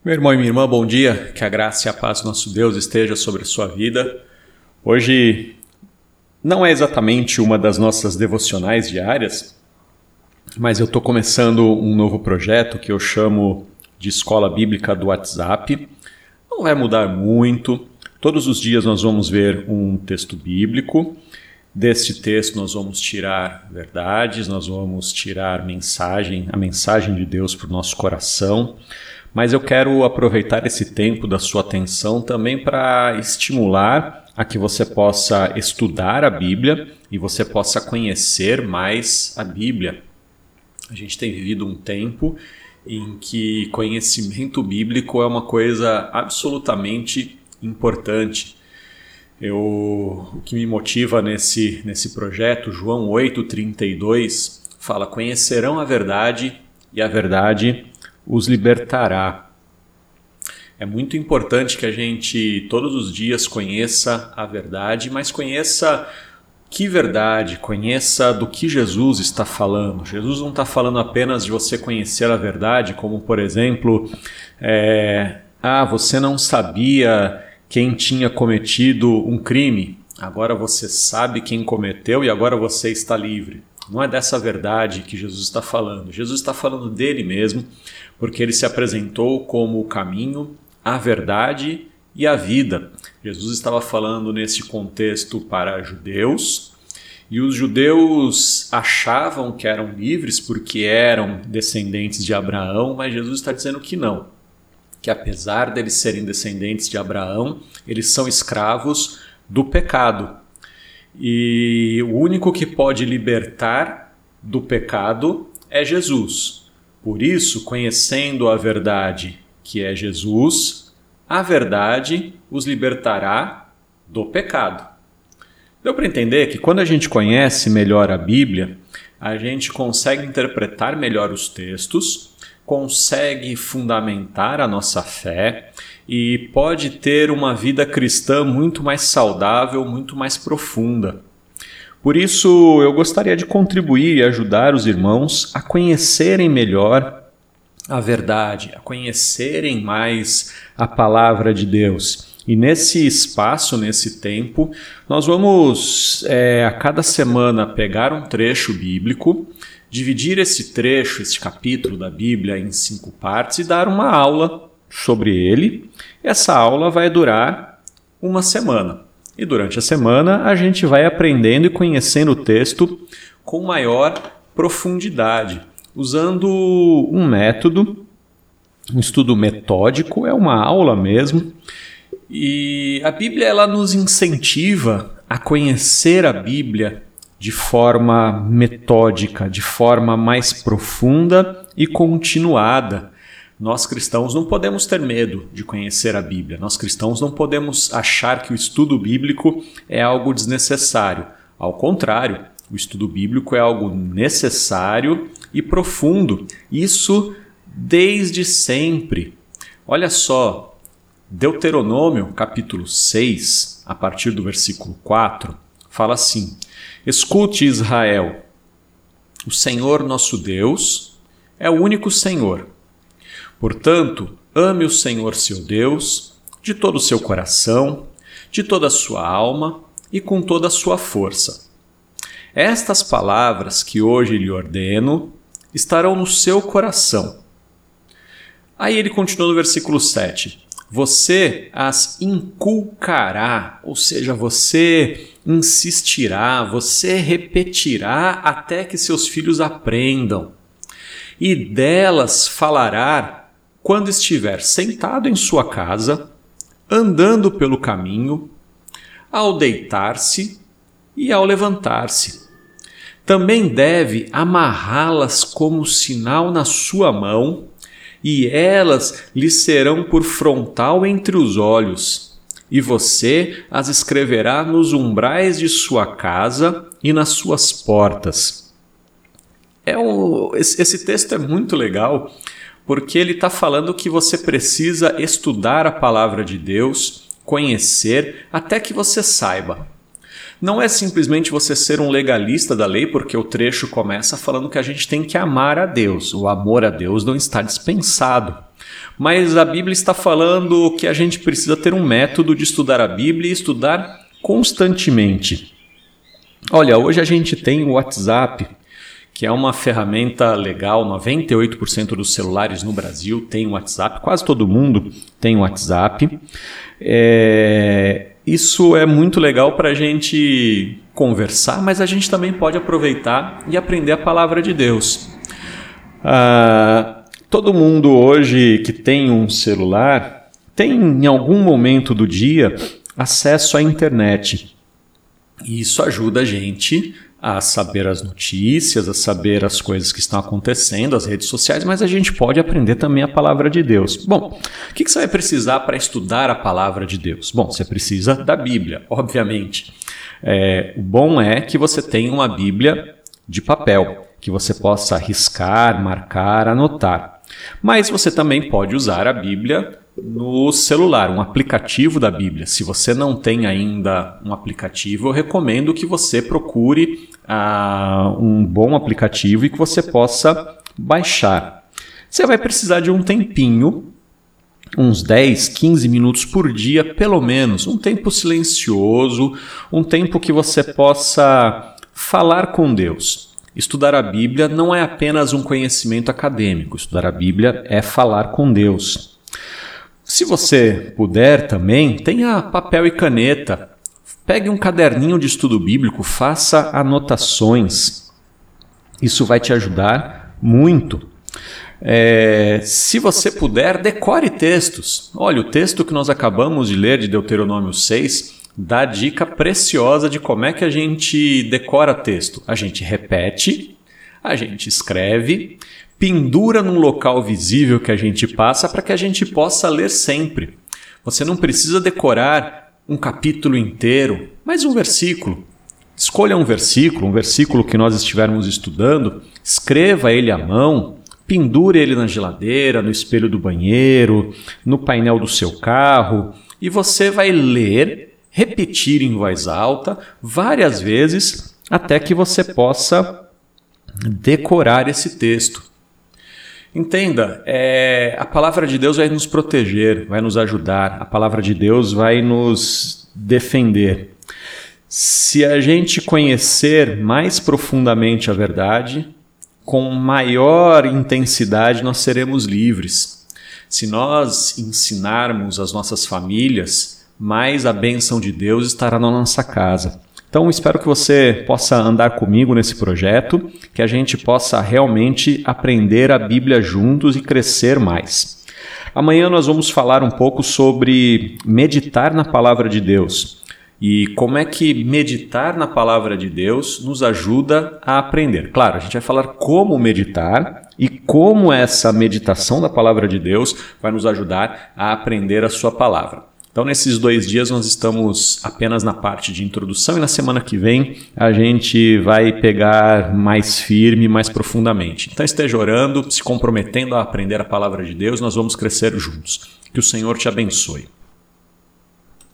Meu irmão e minha irmã, bom dia. Que a graça e a paz do nosso Deus esteja sobre a sua vida. Hoje não é exatamente uma das nossas devocionais diárias, mas eu estou começando um novo projeto que eu chamo de Escola Bíblica do WhatsApp. Não vai mudar muito. Todos os dias nós vamos ver um texto bíblico. Deste texto nós vamos tirar verdades, nós vamos tirar a mensagem de Deus para o nosso coração. Mas eu quero aproveitar esse tempo da sua atenção também para estimular a que você possa estudar a Bíblia e você possa conhecer mais a Bíblia. A gente tem vivido um tempo em que conhecimento bíblico é uma coisa absolutamente importante. O que me motiva nesse projeto, João 8,32, fala: conhecerão a verdade e a verdade os libertará. É muito importante que a gente todos os dias conheça a verdade, mas conheça que verdade, conheça do que Jesus está falando. Jesus não está falando apenas de você conhecer a verdade, como por exemplo, você não sabia quem tinha cometido um crime, agora você sabe quem cometeu e agora você está livre. Não é dessa verdade que Jesus está falando. Jesus está falando dele mesmo, porque ele se apresentou como o caminho, a verdade e a vida. Jesus estava falando nesse contexto para judeus, e os judeus achavam que eram livres porque eram descendentes de Abraão, mas Jesus está dizendo que não, que apesar deles serem descendentes de Abraão, eles são escravos do pecado. E o único que pode libertar do pecado é Jesus. Por isso, conhecendo a verdade, que é Jesus, a verdade os libertará do pecado. Deu para entender que quando a gente conhece melhor a Bíblia, a gente consegue interpretar melhor os textos, consegue fundamentar a nossa fé e pode ter uma vida cristã muito mais saudável, muito mais profunda. Por isso, eu gostaria de contribuir e ajudar os irmãos a conhecerem melhor a verdade, a conhecerem mais a palavra de Deus. E nesse espaço, nesse tempo, nós vamos a cada semana pegar um trecho bíblico, dividir esse trecho, esse capítulo da Bíblia em 5 partes e dar uma aula sobre ele. Essa aula vai durar uma semana. E durante a semana a gente vai aprendendo e conhecendo o texto com maior profundidade, usando um método, um estudo metódico, é uma aula mesmo. E a Bíblia ela nos incentiva a conhecer a Bíblia de forma metódica, de forma mais profunda e continuada. Nós cristãos não podemos ter medo de conhecer a Bíblia. Nós cristãos não podemos achar que o estudo bíblico é algo desnecessário. Ao contrário, o estudo bíblico é algo necessário e profundo. Isso desde sempre. Olha só, Deuteronômio, capítulo 6, a partir do versículo 4, fala assim: escute, Israel, o Senhor nosso Deus é o único Senhor. Portanto, ame o Senhor seu Deus de todo o seu coração, de toda a sua alma e com toda a sua força. Estas palavras que hoje lhe ordeno estarão no seu coração. Aí ele continua no versículo 7. Você as inculcará, ou seja, você insistirá, você repetirá até que seus filhos aprendam. E delas falará quando estiver sentado em sua casa, andando pelo caminho, ao deitar-se e ao levantar-se. Também deve amarrá-las como sinal na sua mão, e elas lhe serão por frontal entre os olhos, e você as escreverá nos umbrais de sua casa e nas suas portas. Esse texto é muito legal, porque ele está falando que você precisa estudar a palavra de Deus, conhecer, até que você saiba. Não é simplesmente você ser um legalista da lei, porque o trecho começa falando que a gente tem que amar a Deus. O amor a Deus não está dispensado. Mas a Bíblia está falando que a gente precisa ter um método de estudar a Bíblia e estudar constantemente. Olha, hoje a gente tem o WhatsApp, que é uma ferramenta legal. 98% dos celulares no Brasil tem WhatsApp, quase todo mundo tem WhatsApp. Isso é muito legal para a gente conversar, mas a gente também pode aproveitar e aprender a palavra de Deus. Todo mundo hoje que tem um celular tem em algum momento do dia acesso à internet. E isso ajuda a gente a saber as notícias, a saber as coisas que estão acontecendo, as redes sociais, mas a gente pode aprender também a palavra de Deus. Bom, o que você vai precisar para estudar a palavra de Deus? Bom, você precisa da Bíblia, obviamente. O bom é que você tenha uma Bíblia de papel, que você possa riscar, marcar, anotar. Mas você também pode usar a Bíblia no celular, um aplicativo da Bíblia. Se você não tem ainda um aplicativo, eu recomendo que você procure um bom aplicativo e que você possa baixar. Você vai precisar de um tempinho, uns 10, 15 minutos por dia, pelo menos, um tempo silencioso, um tempo que você possa falar com Deus. Estudar a Bíblia não é apenas um conhecimento acadêmico. Estudar a Bíblia é falar com Deus. Se você puder também, tenha papel e caneta. Pegue um caderninho de estudo bíblico, faça anotações. Isso vai te ajudar muito. Se você puder, decore textos. Olha, o texto que nós acabamos de ler de Deuteronômio 6 dá dica preciosa de como é que a gente decora texto. A gente repete, a gente escreve, pendura num local visível que a gente passa para que a gente possa ler sempre. Você não precisa decorar um capítulo inteiro, mas um versículo. Escolha um versículo que nós estivermos estudando, escreva ele à mão, pendure ele na geladeira, no espelho do banheiro, no painel do seu carro, e você vai ler, repetir em voz alta várias vezes até que você possa decorar esse texto. Entenda, a palavra de Deus vai nos proteger, vai nos ajudar, a palavra de Deus vai nos defender. Se a gente conhecer mais profundamente a verdade, com maior intensidade nós seremos livres. Se nós ensinarmos as nossas famílias, mais a bênção de Deus estará na nossa casa. Então, espero que você possa andar comigo nesse projeto, que a gente possa realmente aprender a Bíblia juntos e crescer mais. Amanhã nós vamos falar um pouco sobre meditar na Palavra de Deus e como é que meditar na Palavra de Deus nos ajuda a aprender. Claro, a gente vai falar como meditar e como essa meditação da Palavra de Deus vai nos ajudar a aprender a sua palavra. Então, nesses 2 dias, nós estamos apenas na parte de introdução e na semana que vem a gente vai pegar mais firme, mais profundamente. Então, esteja orando, se comprometendo a aprender a palavra de Deus, nós vamos crescer juntos. Que o Senhor te abençoe.